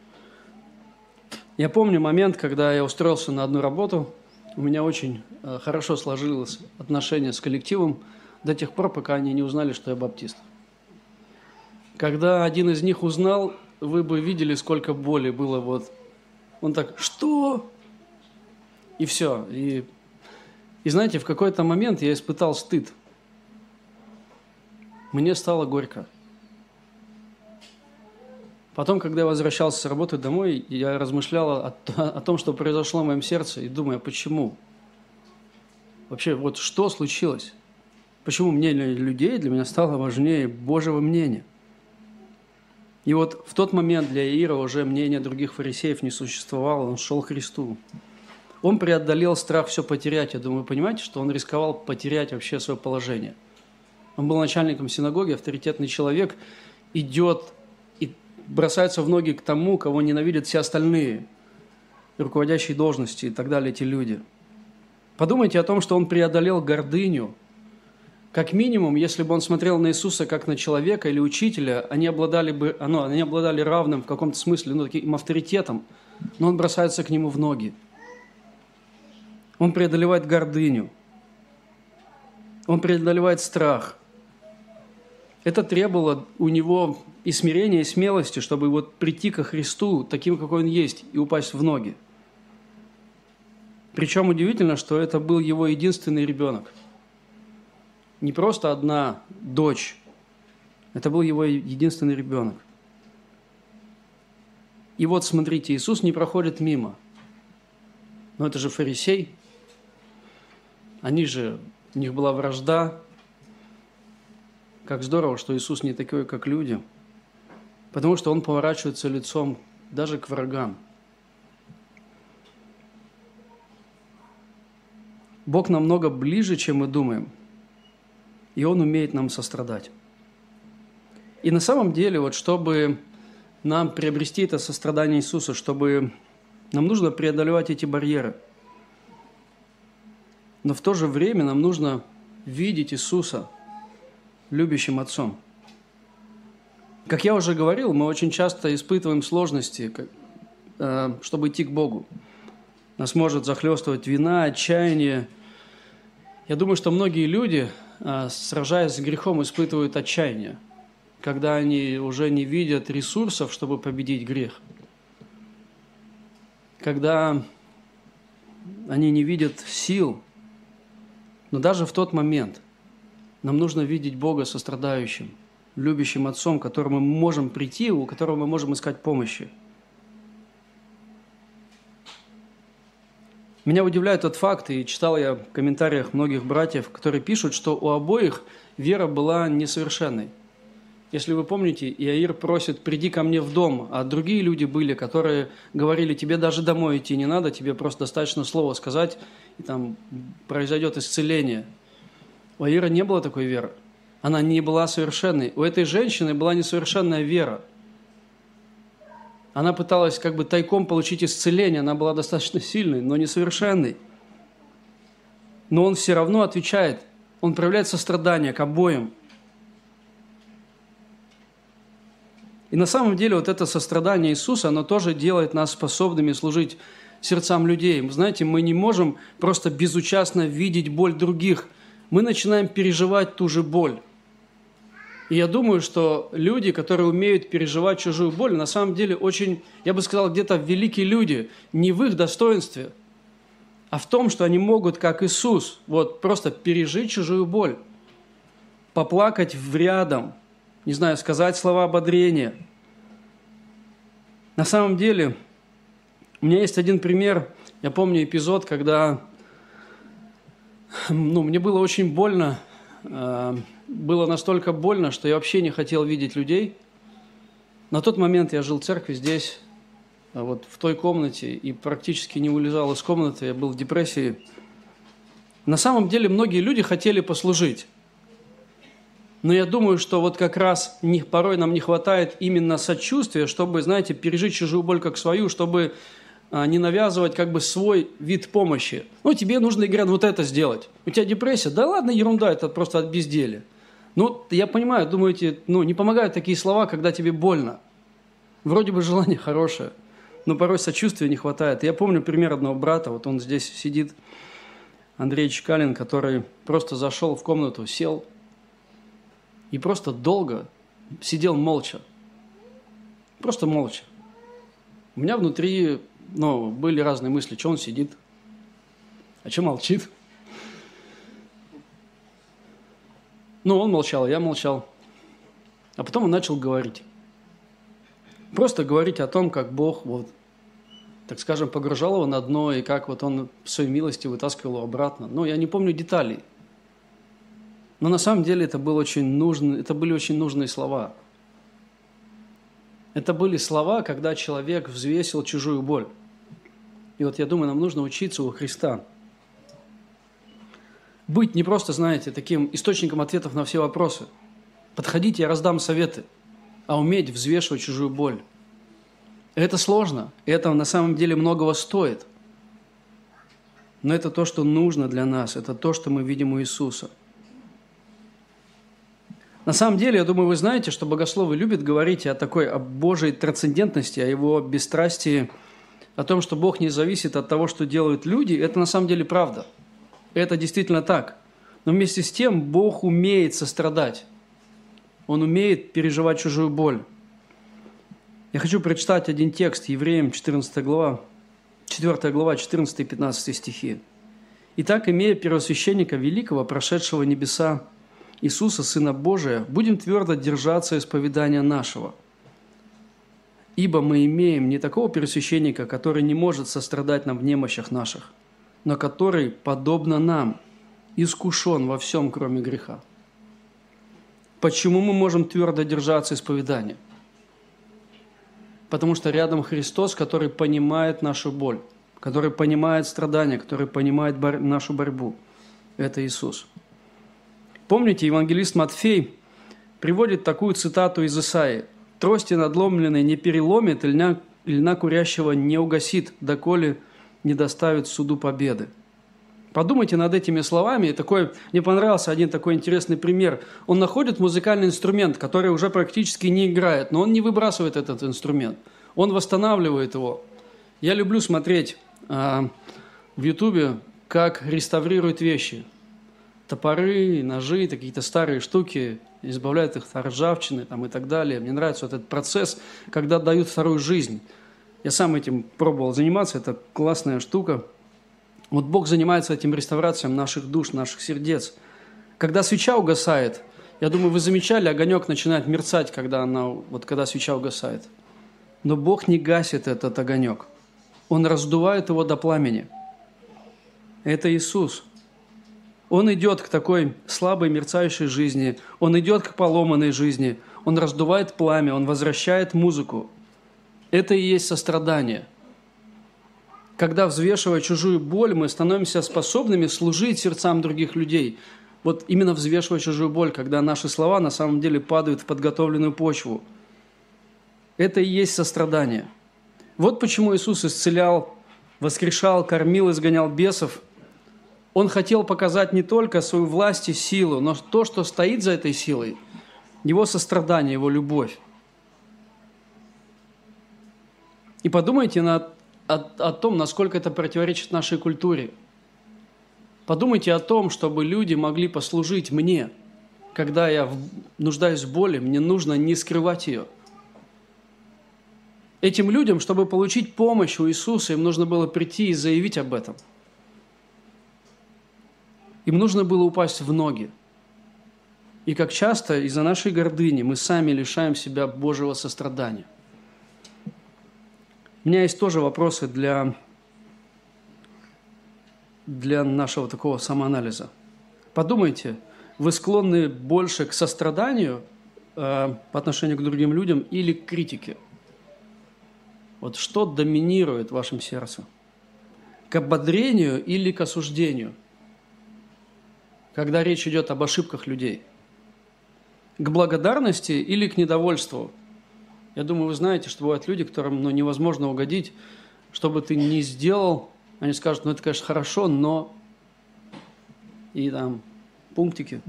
Я помню момент, когда я устроился на одну работу, у меня очень хорошо сложилось отношение с коллективом до тех пор, пока они не узнали, что я баптист. Когда один из них узнал, вы бы видели, сколько боли было. Он так, что? И все. И знаете, в какой-то момент я испытал стыд. Мне стало горько. Потом, когда я возвращался с работы домой, я размышлял о том, что произошло в моем сердце, и думаю, почему? Вообще, что случилось? Почему мнение людей для меня стало важнее Божьего мнения? И в тот момент для Иаира уже мнение других фарисеев не существовало, он шел к Христу. Он преодолел страх все потерять. Я думаю, вы понимаете, что он рисковал потерять вообще свое положение. Он был начальником синагоги, авторитетный человек, идет и бросается в ноги к тому, кого ненавидят все остальные, руководящие должности и так далее, эти люди. Подумайте о том, что он преодолел гордыню. Как минимум, если бы он смотрел на Иисуса как на человека или учителя, они обладали равным в каком-то смысле, таким авторитетом, но он бросается к нему в ноги. Он преодолевает гордыню. Он преодолевает страх. Это требовало у него и смирения, и смелости, чтобы прийти ко Христу таким, какой Он есть, и упасть в ноги. Причем удивительно, что это был его единственный ребенок. Не просто одна дочь. Это был его единственный ребенок. И смотрите, Иисус не проходит мимо. Но это же фарисей. У них была вражда. Как здорово, что Иисус не такой, как люди. Потому что Он поворачивается лицом даже к врагам. Бог намного ближе, чем мы думаем. И Он умеет нам сострадать. И на самом деле, чтобы нам приобрести это сострадание Иисуса, нам нужно преодолевать эти барьеры. Но в то же время нам нужно видеть Иисуса любящим Отцом. Как я уже говорил, мы очень часто испытываем сложности, чтобы идти к Богу. нас может захлестывать вина, отчаяние. Я думаю, что многие люди, сражаясь с грехом, испытывают отчаяние, когда они уже не видят ресурсов, чтобы победить грех. Когда они не видят сил. Но даже в тот момент нам нужно видеть Бога сострадающим, любящим Отцом, к которому мы можем прийти, у которого мы можем искать помощи. Меня удивляет тот факт, и читал я в комментариях многих братьев, которые пишут, что у обоих вера была несовершенной. Если вы помните, Иаир просит: «Приди ко мне в дом», а другие люди были, которые говорили: «Тебе даже домой идти не надо, тебе просто достаточно слова сказать, и там произойдет исцеление». У Иаира не было такой веры. Она не была совершенной. У этой женщины была несовершенная вера. Она пыталась как бы тайком получить исцеление, она была достаточно сильной, но несовершенной. Но он все равно отвечает, он проявляет сострадание к обоим. И на самом деле вот это сострадание Иисуса, оно тоже делает нас способными служить сердцам людей. Вы знаете, мы не можем просто безучастно видеть боль других. Мы начинаем переживать ту же боль. И я думаю, что люди, которые умеют переживать чужую боль, на самом деле очень, я бы сказал, где-то великие люди, не в их достоинстве, а в том, что они могут, как Иисус, вот просто пережить чужую боль, поплакать рядом, не знаю, сказать слова ободрения. На самом деле, у меня есть один пример. Я помню эпизод, когда мне было очень больно. Было настолько больно, что я вообще не хотел видеть людей. На тот момент я жил в церкви здесь, вот в той комнате, и практически не вылезал из комнаты. Я был в депрессии. На самом деле, многие люди хотели послужить. Но я думаю, что вот как раз порой нам не хватает именно сочувствия, чтобы, знаете, пережить чужую боль как свою, чтобы не навязывать как бы свой вид помощи. Тебе нужно, говорят, вот это сделать. У тебя депрессия? Да ладно, ерунда, это просто от безделия. Я понимаю, думаете, не помогают такие слова, когда тебе больно. Вроде бы желание хорошее, но порой сочувствия не хватает. Я помню пример одного брата, вот он здесь сидит, Андрей Чкалин, который просто зашел в комнату, сел, и просто долго сидел молча. Просто молча. У меня внутри, были разные мысли, что он сидит, а что молчит. Он молчал, я молчал. А потом он начал говорить. Просто говорить о том, как Бог, так скажем, погружал его на дно, и как он в своей милости вытаскивал его обратно. Я не помню деталей. Но на самом деле это были очень нужные слова. Это были слова, когда человек взвесил чужую боль. И я думаю, нам нужно учиться у Христа. Быть не просто, знаете, таким источником ответов на все вопросы. Подходите, я раздам советы. А уметь взвешивать чужую боль. Это сложно. Это на самом деле многого стоит. Но это то, что нужно для нас. Это то, что мы видим у Иисуса. На самом деле, я думаю, вы знаете, что богословы любят говорить о Божьей трансцендентности, о Его бесстрастии, о том, что Бог не зависит от того, что делают люди. Это на самом деле правда. Это действительно так. Но вместе с тем Бог умеет сострадать. Он умеет переживать чужую боль. Я хочу прочитать один текст, Евреям 4 глава, 14 и 15 стихи. «Итак, имея первосвященника великого, прошедшего небеса, Иисуса, Сына Божия, будем твердо держаться исповедания нашего. Ибо мы имеем не такого первосвященника, который не может сострадать нам в немощах наших, но который, подобно нам, искушен во всем, кроме греха». Почему мы можем твердо держаться исповедания? Потому что рядом Христос, который понимает нашу боль, который понимает страдания, который понимает нашу борьбу. Это Иисус. Помните, евангелист Матфей приводит такую цитату из Исаии: «Трости надломленной не переломит, и льна курящего не угасит, доколе не доставит суду победы». Подумайте над этими словами. Мне понравился один такой интересный пример. Он находит музыкальный инструмент, который уже практически не играет, но он не выбрасывает этот инструмент. Он восстанавливает его. Я люблю смотреть в Ютубе, как реставрируют вещи. Топоры, ножи, какие-то старые штуки, избавляют их от ржавчины там, и так далее. Мне нравится вот этот процесс, когда дают вторую жизнь. Я сам этим пробовал заниматься, это классная штука. Вот Бог занимается этим реставрацией наших душ, наших сердец. Когда свеча угасает, я думаю, вы замечали, огонек начинает мерцать, когда свеча угасает. Но Бог не гасит этот огонек. Он раздувает его до пламени. Это Иисус. Он идет к такой слабой, мерцающей жизни. Он идет к поломанной жизни. Он раздувает пламя, Он возвращает музыку. Это и есть сострадание. Когда, взвешивая чужую боль, мы становимся способными служить сердцам других людей. Вот именно взвешивая чужую боль, когда наши слова на самом деле падают в подготовленную почву. Это и есть сострадание. Вот почему Иисус исцелял, воскрешал, кормил, изгонял бесов. Он хотел показать не только свою власть и силу, но то, что стоит за этой силой, Его сострадание, Его любовь. И подумайте о том, насколько это противоречит нашей культуре. Подумайте о том, чтобы люди могли послужить мне. Когда я нуждаюсь в боли, мне нужно не скрывать ее. Этим людям, чтобы получить помощь у Иисуса, им нужно было прийти и заявить об этом. Им нужно было упасть в ноги. И как часто из-за нашей гордыни мы сами лишаем себя Божьего сострадания. У меня есть тоже вопросы для нашего такого самоанализа. Подумайте, вы склонны больше к состраданию по отношению к другим людям или к критике? Вот что доминирует в вашем сердце? К ободрению или к осуждению? Когда речь идет об ошибках людей. К благодарности или к недовольству? Я думаю, вы знаете, что бывают люди, которым невозможно угодить. Что бы ты ни сделал, они скажут, это, конечно, хорошо, но... И там пунктики.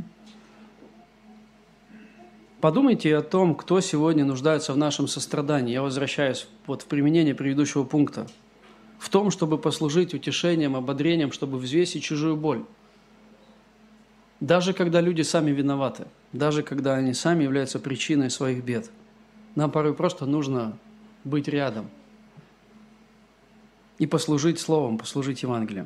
Подумайте о том, кто сегодня нуждается в нашем сострадании. Я возвращаюсь в применение предыдущего пункта. В том, чтобы послужить утешением, ободрением, чтобы взвесить чужую боль. Даже когда люди сами виноваты, даже когда они сами являются причиной своих бед, нам порой просто нужно быть рядом и послужить Словом, послужить Евангелием.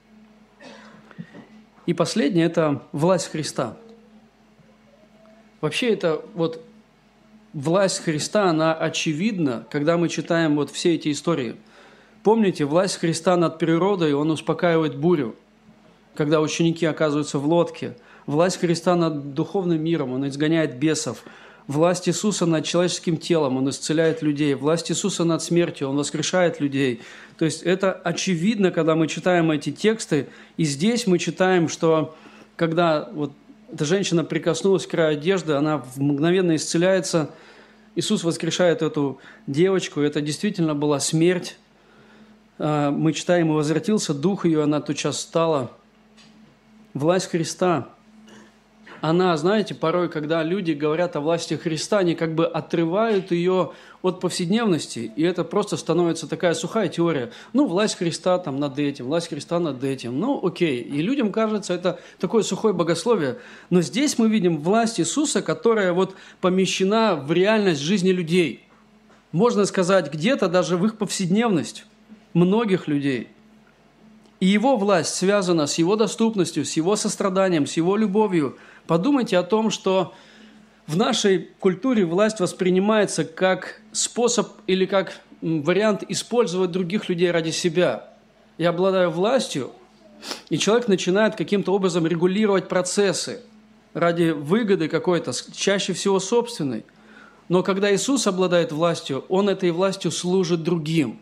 И последнее – это власть Христа. Вообще, это власть Христа, она очевидна, когда мы читаем все эти истории. Помните, власть Христа над природой, Он успокаивает бурю, когда ученики оказываются в лодке. Власть Христа над духовным миром, Он изгоняет бесов. Власть Иисуса над человеческим телом, Он исцеляет людей. Власть Иисуса над смертью, Он воскрешает людей. То есть это очевидно, когда мы читаем эти тексты. И здесь мы читаем, что когда эта женщина прикоснулась к краю одежды, она мгновенно исцеляется. Иисус воскрешает эту девочку. Это действительно была смерть. Мы читаем, и возвратился дух ее, она тотчас встала. Власть Христа. Она, знаете, порой, когда люди говорят о власти Христа, они как бы отрывают ее от повседневности, и это просто становится такая сухая теория. Власть Христа там над этим, власть Христа над этим. Окей. И людям кажется, это такое сухое богословие. Но здесь мы видим власть Иисуса, которая помещена в реальность жизни людей. Можно сказать, где-то даже в их повседневность многих людей. И Его власть связана с Его доступностью, с Его состраданием, с Его любовью. Подумайте о том, что в нашей культуре власть воспринимается как способ или как вариант использовать других людей ради себя. Я обладаю властью, и человек начинает каким-то образом регулировать процессы ради выгоды какой-то, чаще всего собственной. Но когда Иисус обладает властью, Он этой властью служит другим.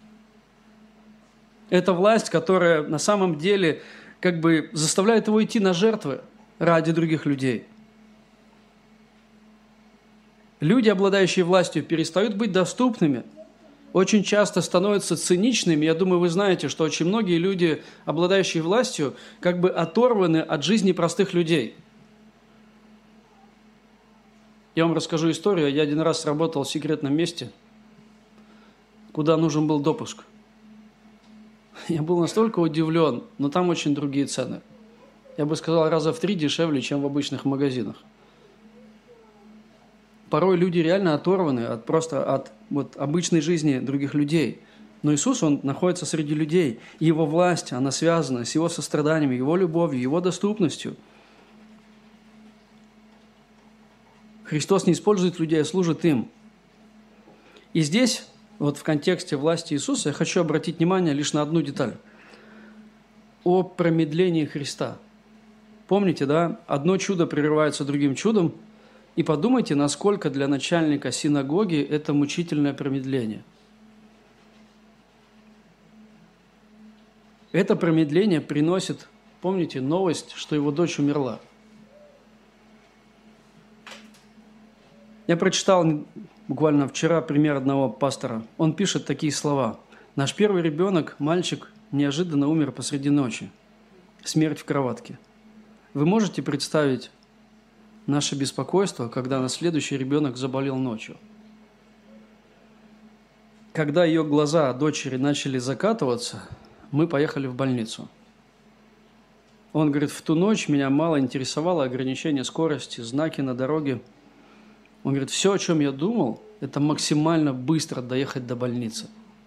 Это власть, которая на самом деле заставляет Его идти на жертвы ради других людей. Люди, обладающие властью, перестают быть доступными, очень часто становятся циничными. Я думаю, вы знаете, что очень многие люди, обладающие властью, оторваны от жизни простых людей. Я вам расскажу историю. Я один раз работал в секретном месте, куда нужен был допуск. Я был настолько удивлен, но там очень другие цены. Я бы сказал, раза в 3 дешевле, чем в обычных магазинах. Порой люди реально оторваны от обычной жизни других людей. Но Иисус, Он находится среди людей. И Его власть, она связана с Его состраданием, Его любовью, Его доступностью. Христос не использует людей, а служит им. И здесь, вот в контексте власти Иисуса, я хочу обратить внимание лишь на одну деталь. О промедлении Христа. Помните, да? Одно чудо прерывается другим чудом. И подумайте, насколько для начальника синагоги это мучительное промедление. Это промедление приносит, помните, новость, что его дочь умерла. Я прочитал буквально вчера пример одного пастора. Он пишет такие слова. «Наш первый ребенок, мальчик, неожиданно умер посреди ночи. Смерть в кроватке. Вы можете представить наше беспокойство, когда наш следующий ребенок заболел ночью? Когда ее глаза дочери начали закатываться, мы поехали в больницу. Он говорит, в ту ночь меня мало интересовало ограничение скорости, знаки на дороге. Он говорит, все, о чем я думал, это максимально быстро доехать до больницы.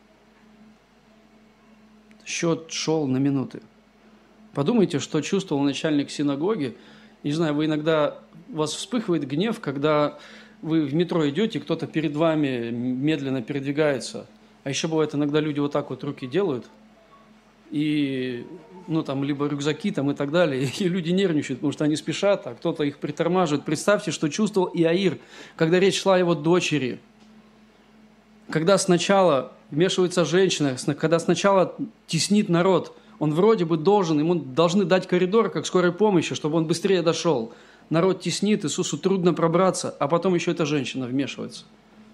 Счет шел на минуты. Подумайте, что чувствовал начальник синагоги. Не знаю, у вас вспыхивает гнев, когда вы в метро идете, кто-то перед вами медленно передвигается. А еще бывает, иногда люди вот так вот руки делают, и, либо рюкзаки и так далее, и люди нервничают, потому что они спешат, а кто-то их притормаживает. Представьте, что чувствовал Иаир, когда речь шла о его дочери. Когда сначала вмешивается женщина, когда сначала теснит народ, он вроде бы ему должны дать коридор, как скорой помощи, чтобы он быстрее дошел. Народ теснит, Иисусу трудно пробраться, а потом еще эта женщина вмешивается.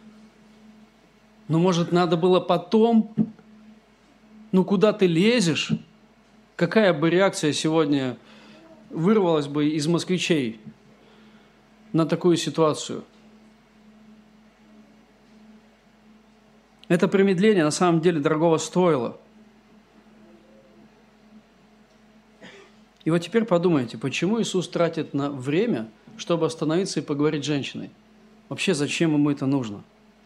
Но, может, надо было потом... куда ты лезешь? Какая бы реакция сегодня вырвалась бы из москвичей на такую ситуацию? Это промедление на самом деле дорогого стоило. И вот теперь подумайте, почему Иисус тратит на время, чтобы остановиться и поговорить с женщиной? Вообще, зачем ему это нужно?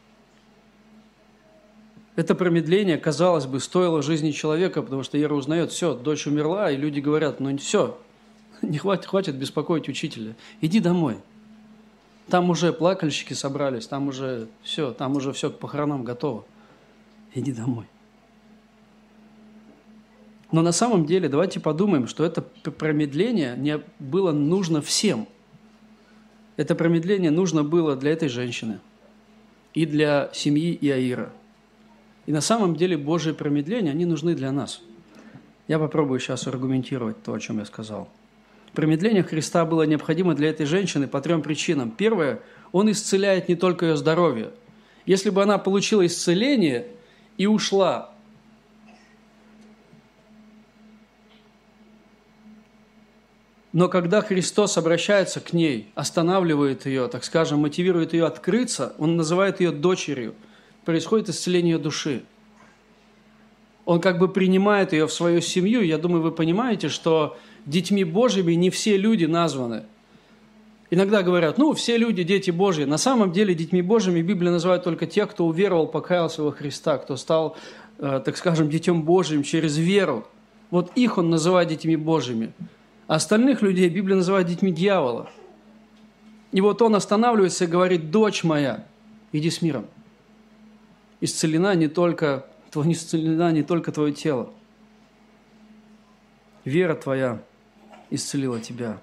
Это промедление, казалось бы, стоило жизни человека, потому что Ира узнает, все, дочь умерла, и люди говорят, все, не хватит беспокоить учителя, иди домой. Там уже плакальщики собрались, там уже все к похоронам готово. Иди домой. Но на самом деле, давайте подумаем, что это промедление не было нужно всем. Это промедление нужно было для этой женщины и для семьи Иаира. И на самом деле Божьи промедления, они нужны для нас. Я попробую сейчас аргументировать то, о чем я сказал. Промедление Христа было необходимо для этой женщины по 3 причинам. Первое, Он исцеляет не только ее здоровье. Если бы она получила исцеление и ушла, но когда Христос обращается к ней, останавливает ее, так скажем, мотивирует ее открыться, Он называет ее дочерью, происходит исцеление души. Он как бы принимает ее в свою семью. Я думаю, вы понимаете, что детьми Божьими не все люди названы. Иногда говорят, все люди дети Божьи. На самом деле детьми Божьими Библия называет только тех, кто уверовал, покаялся во Христа, кто стал, так скажем, детем Божьим через веру. Вот их Он называет детьми Божьими. А остальных людей Библия называет детьми дьявола. И вот Он останавливается и говорит, дочь моя, иди с миром. Исцелена не только твое тело. Вера твоя исцелила тебя.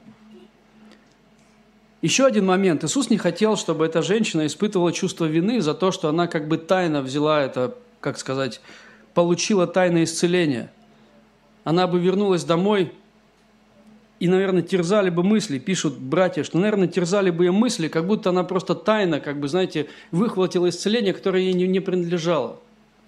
Еще один момент. Иисус не хотел, чтобы эта женщина испытывала чувство вины за то, что она как бы тайно взяла это, получила тайное исцеление. Она бы вернулась домой, и, наверное, терзали бы мысли, пишут братья, что, наверное, терзали бы ее мысли, как будто она просто тайно, выхватила исцеление, которое ей не принадлежало.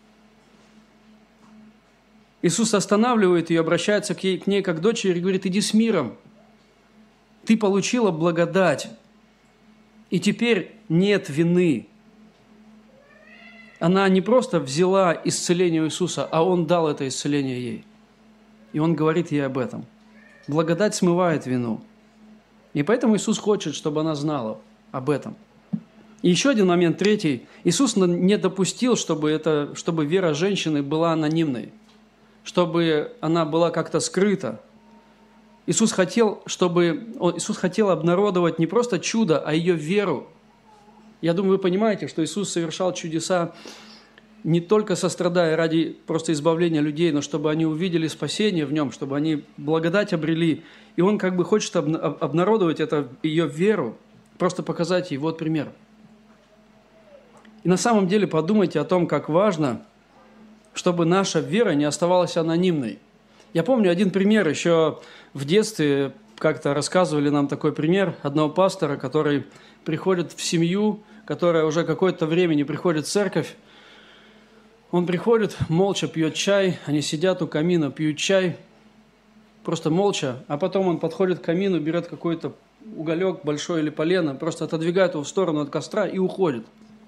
Иисус останавливает ее, обращается к ней как к дочери и говорит, иди с миром. Ты получила благодать, и теперь нет вины. Она не просто взяла исцеление у Иисуса, а Он дал это исцеление ей. И Он говорит ей об этом. Благодать смывает вину. И поэтому Иисус хочет, чтобы она знала об этом. И еще один момент, третий. Иисус не допустил, чтобы вера женщины была анонимной, чтобы она была как-то скрыта. Иисус хотел обнародовать не просто чудо, а ее веру. Я думаю, вы понимаете, что Иисус совершал чудеса не только сострадая ради просто избавления людей, но чтобы они увидели спасение в Нем, чтобы они благодать обрели. И Он как бы хочет обнародовать ее веру, просто показать ей, вот пример. И на самом деле подумайте о том, как важно, чтобы наша вера не оставалась анонимной. Я помню один пример, еще в детстве как-то рассказывали нам такой пример одного пастора, который приходит в семью, которая уже какое-то время не приходит в церковь. Он приходит, молча пьет чай, они сидят у камина, пьют чай, просто молча, а потом он подходит к камину, берет какой-то уголек большой или полено, просто отодвигает его в сторону от костра и уходит.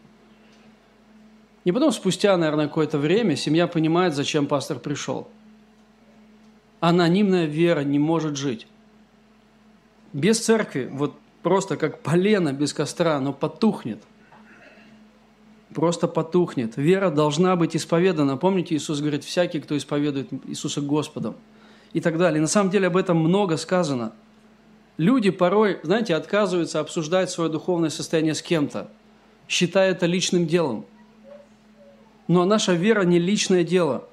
И потом, спустя, наверное, какое-то время, семья понимает, зачем пастор пришел. Анонимная вера не может жить. Без церкви, вот просто как полено без костра, оно потухнет. Просто потухнет. Вера должна быть исповедана. Помните, Иисус говорит, всякий, кто исповедует Иисуса Господом. И так далее. И на самом деле об этом много сказано. Люди порой, знаете, отказываются обсуждать свое духовное состояние с кем-то, считая это личным делом. Но наша вера не личное дело.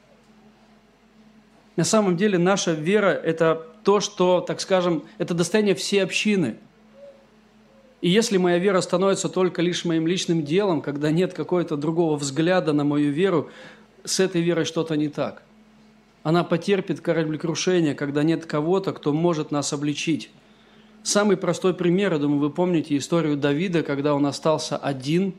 На самом деле наша вера – это то, что, так скажем, это достояние всей общины. И если моя вера становится только лишь моим личным делом, когда нет какого-то другого взгляда на мою веру, с этой верой что-то не так. Она потерпит кораблекрушение, когда нет кого-то, кто может нас обличить. Самый простой пример, я думаю, вы помните историю Давида, когда он остался один.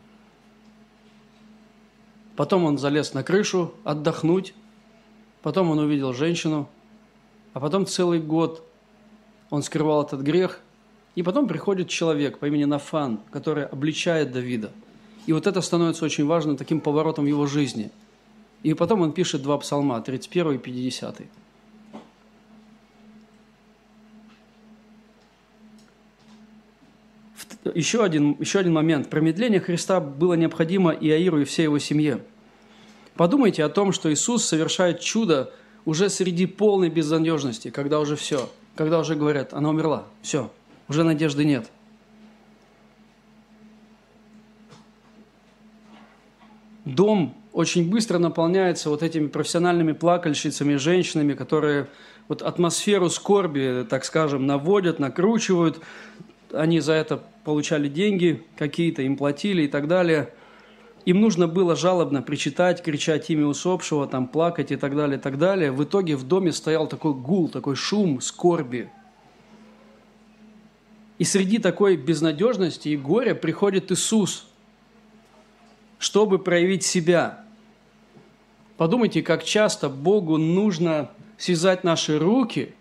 Потом он залез на крышу отдохнуть. Потом он увидел женщину. А потом целый год он скрывал этот грех. И потом приходит человек по имени Нафан, который обличает Давида. И вот это становится очень важным таким поворотом в его жизни. И потом он пишет 2 псалма, 31 и 50. Еще один момент. Промедление Христа было необходимо Иаиру и всей его семье. Подумайте о том, что Иисус совершает чудо уже среди полной безнадежности, когда уже все, когда уже говорят, она умерла, все, уже надежды нет. Дом очень быстро наполняется вот этими профессиональными плакальщицами, женщинами, которые вот атмосферу скорби, так скажем, наводят, накручивают. Они за это получали деньги какие-то, им платили и так далее. Им нужно было жалобно причитать, кричать имя усопшего, там, плакать и так далее, и так далее. В итоге в доме стоял такой гул, такой шум скорби. И среди такой безнадежности и горя приходит Иисус, чтобы проявить себя. Подумайте, как часто Богу нужно связать наши руки,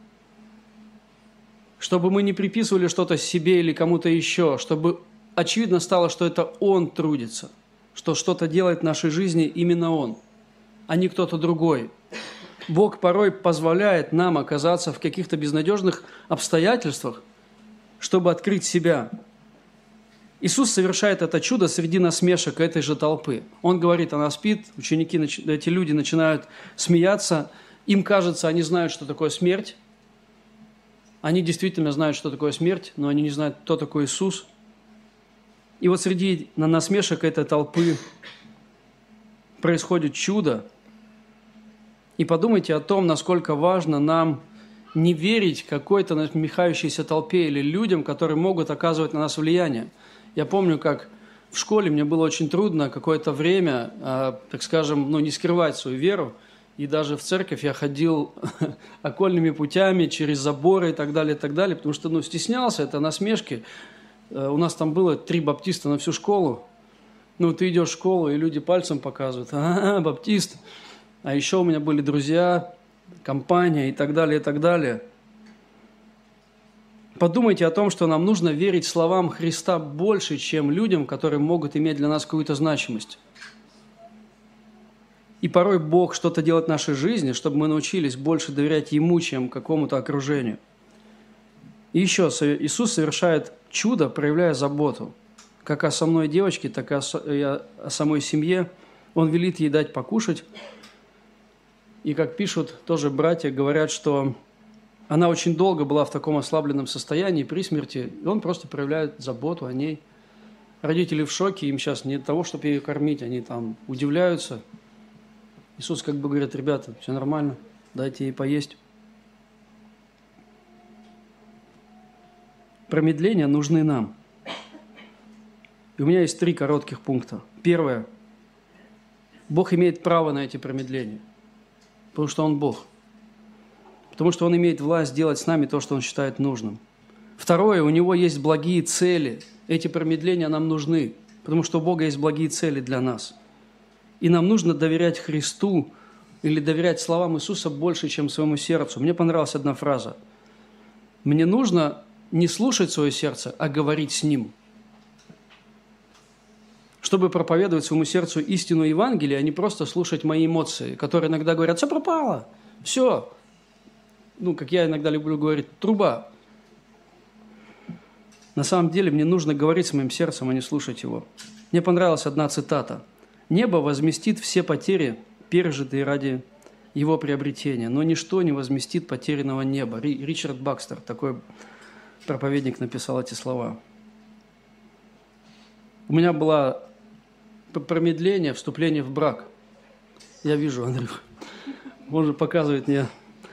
чтобы мы не приписывали что-то себе или кому-то еще, чтобы очевидно стало, что это Он трудится, что что-то делает в нашей жизни именно Он, а не кто-то другой. Бог порой позволяет нам оказаться в каких-то безнадежных обстоятельствах, чтобы открыть себя. Иисус совершает это чудо среди насмешек этой же толпы. Он говорит, она спит, ученики, эти люди начинают смеяться, им кажется, они знают, что такое смерть. Они действительно знают, что такое смерть, но они не знают, кто такой Иисус. И вот среди насмешек этой толпы происходит чудо. И подумайте о том, насколько важно нам не верить какой-то насмехающейся толпе или людям, которые могут оказывать на нас влияние. Я помню, как в школе мне было очень трудно какое-то время, так скажем, не скрывать свою веру. И даже в церковь я ходил окольными путями, через заборы и так далее, потому что стеснялся, это насмешки. У нас там было 3 баптиста на всю школу. Ты идешь в школу, и люди пальцем показывают, баптист. А еще у меня были друзья, компания и так далее, и так далее. Подумайте о том, что нам нужно верить словам Христа больше, чем людям, которые могут иметь для нас какую-то значимость. И порой Бог что-то делает в нашей жизни, чтобы мы научились больше доверять Ему, чем какому-то окружению. И еще Иисус совершает чудо, проявляя заботу. Как о самой девочке, так и о самой семье. Он велит ей дать покушать. И как пишут тоже братья, говорят, что она очень долго была в таком ослабленном состоянии при смерти, и он просто проявляет заботу о ней. Родители в шоке, им сейчас не того, чтобы ее кормить, они там удивляются. Иисус как бы говорит: ребята, все нормально, дайте ей поесть. Промедления нужны нам. И у меня есть 3 коротких пункта. Первое. Бог имеет право на эти промедления, потому что Он Бог. Потому что Он имеет власть делать с нами то, что Он считает нужным. Второе. У Него есть благие цели. Эти промедления нам нужны, потому что у Бога есть благие цели для нас. И нам нужно доверять Христу или доверять словам Иисуса больше, чем своему сердцу. Мне понравилась одна фраза. Мне нужно не слушать свое сердце, а говорить с ним. Чтобы проповедовать своему сердцу истину Евангелия, а не просто слушать мои эмоции, которые иногда говорят: все пропало, все. Как я иногда люблю говорить, труба. На самом деле мне нужно говорить с моим сердцем, а не слушать его. Мне понравилась одна цитата. «Небо возместит все потери, пережитые ради его приобретения, но ничто не возместит потерянного неба». Ричард Бакстер, такой проповедник, написал эти слова. У меня было промедление, вступление в брак. Я вижу, Андрюх, он же показывает мне.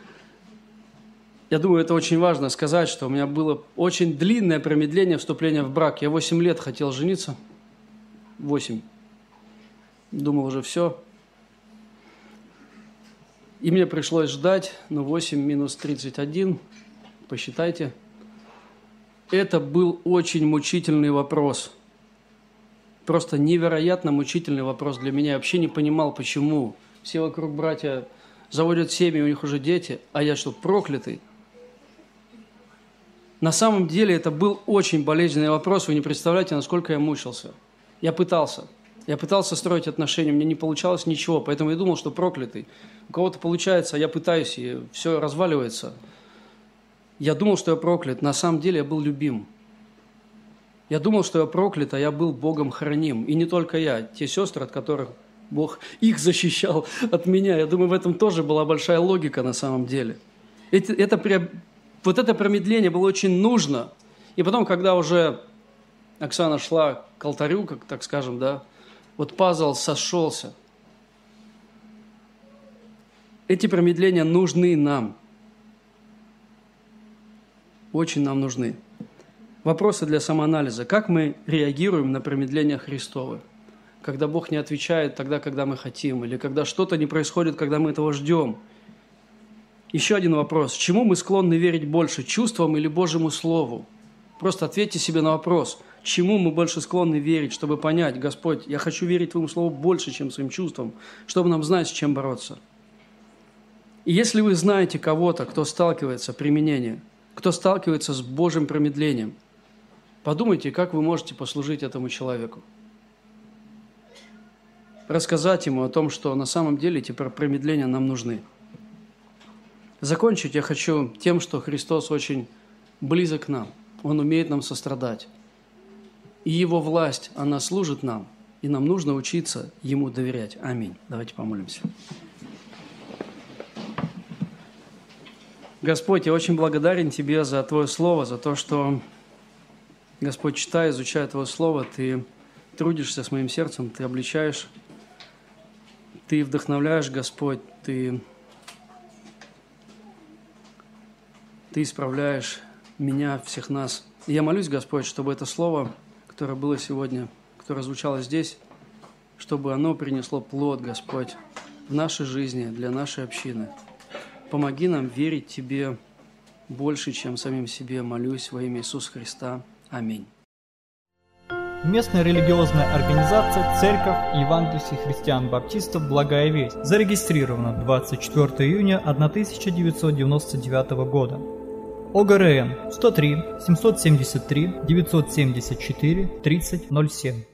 Я думаю, это очень важно сказать, что у меня было очень длинное промедление вступления в брак. Я 8 лет хотел жениться. 8. Думал, уже все. И мне пришлось ждать, 8 минус 31, посчитайте. Это был очень мучительный вопрос. Просто невероятно мучительный вопрос для меня. Я вообще не понимал, почему. Все вокруг братья заводят семьи, у них уже дети, а я что, проклятый? На самом деле это был очень болезненный вопрос. Вы не представляете, насколько я мучился. Я пытался строить отношения, у меня не получалось ничего, поэтому я думал, что проклятый. У кого-то получается, а я пытаюсь, и все разваливается. Я думал, что я проклят. На самом деле я был любим. Я думал, что я проклят, а я был Богом храним. И не только я. Те сестры, от которых Бог их защищал от меня. Я думаю, в этом тоже была большая логика на самом деле. Вот это промедление было очень нужно. И потом, когда уже Оксана шла к алтарю, как так скажем, да, вот пазл сошелся. Эти промедления нужны нам. Очень нам нужны. Вопросы для самоанализа. Как мы реагируем на промедления Христовы? Когда Бог не отвечает тогда, когда мы хотим, или когда что-то не происходит, когда мы этого ждем. Еще один вопрос. Чему мы склонны верить больше, чувствам или Божьему Слову? Просто ответьте себе на вопрос. Чему мы больше склонны верить, чтобы понять: Господь, я хочу верить Твоему Слову больше, чем своим чувствам, чтобы нам знать, с чем бороться. И если вы знаете кого-то, кто сталкивается, применение, кто сталкивается с Божьим промедлением, подумайте, как вы можете послужить этому человеку. Рассказать ему о том, что на самом деле эти промедления нам нужны. Закончить я хочу тем, что Христос очень близок к нам. Он умеет нам сострадать. И Его власть, она служит нам. И нам нужно учиться Ему доверять. Аминь. Давайте помолимся. Господь, я очень благодарен Тебе за Твое Слово, за то, что, Господь, читая, изучая Твое Слово, Ты трудишься с моим сердцем, Ты обличаешь, Ты вдохновляешь, Господь, Ты исправляешь меня, всех нас. И я молюсь, Господь, чтобы это Слово, которое было сегодня, которое звучало здесь, чтобы оно принесло плод, Господь, в нашей жизни, для нашей общины. Помоги нам верить Тебе больше, чем самим себе. Молюсь во имя Иисуса Христа. Аминь. Местная религиозная организация «Церковь евангельских христиан-баптистов Благая Весть» зарегистрирована 24 июня 1999 года. ОГРН 103 773 974 3007.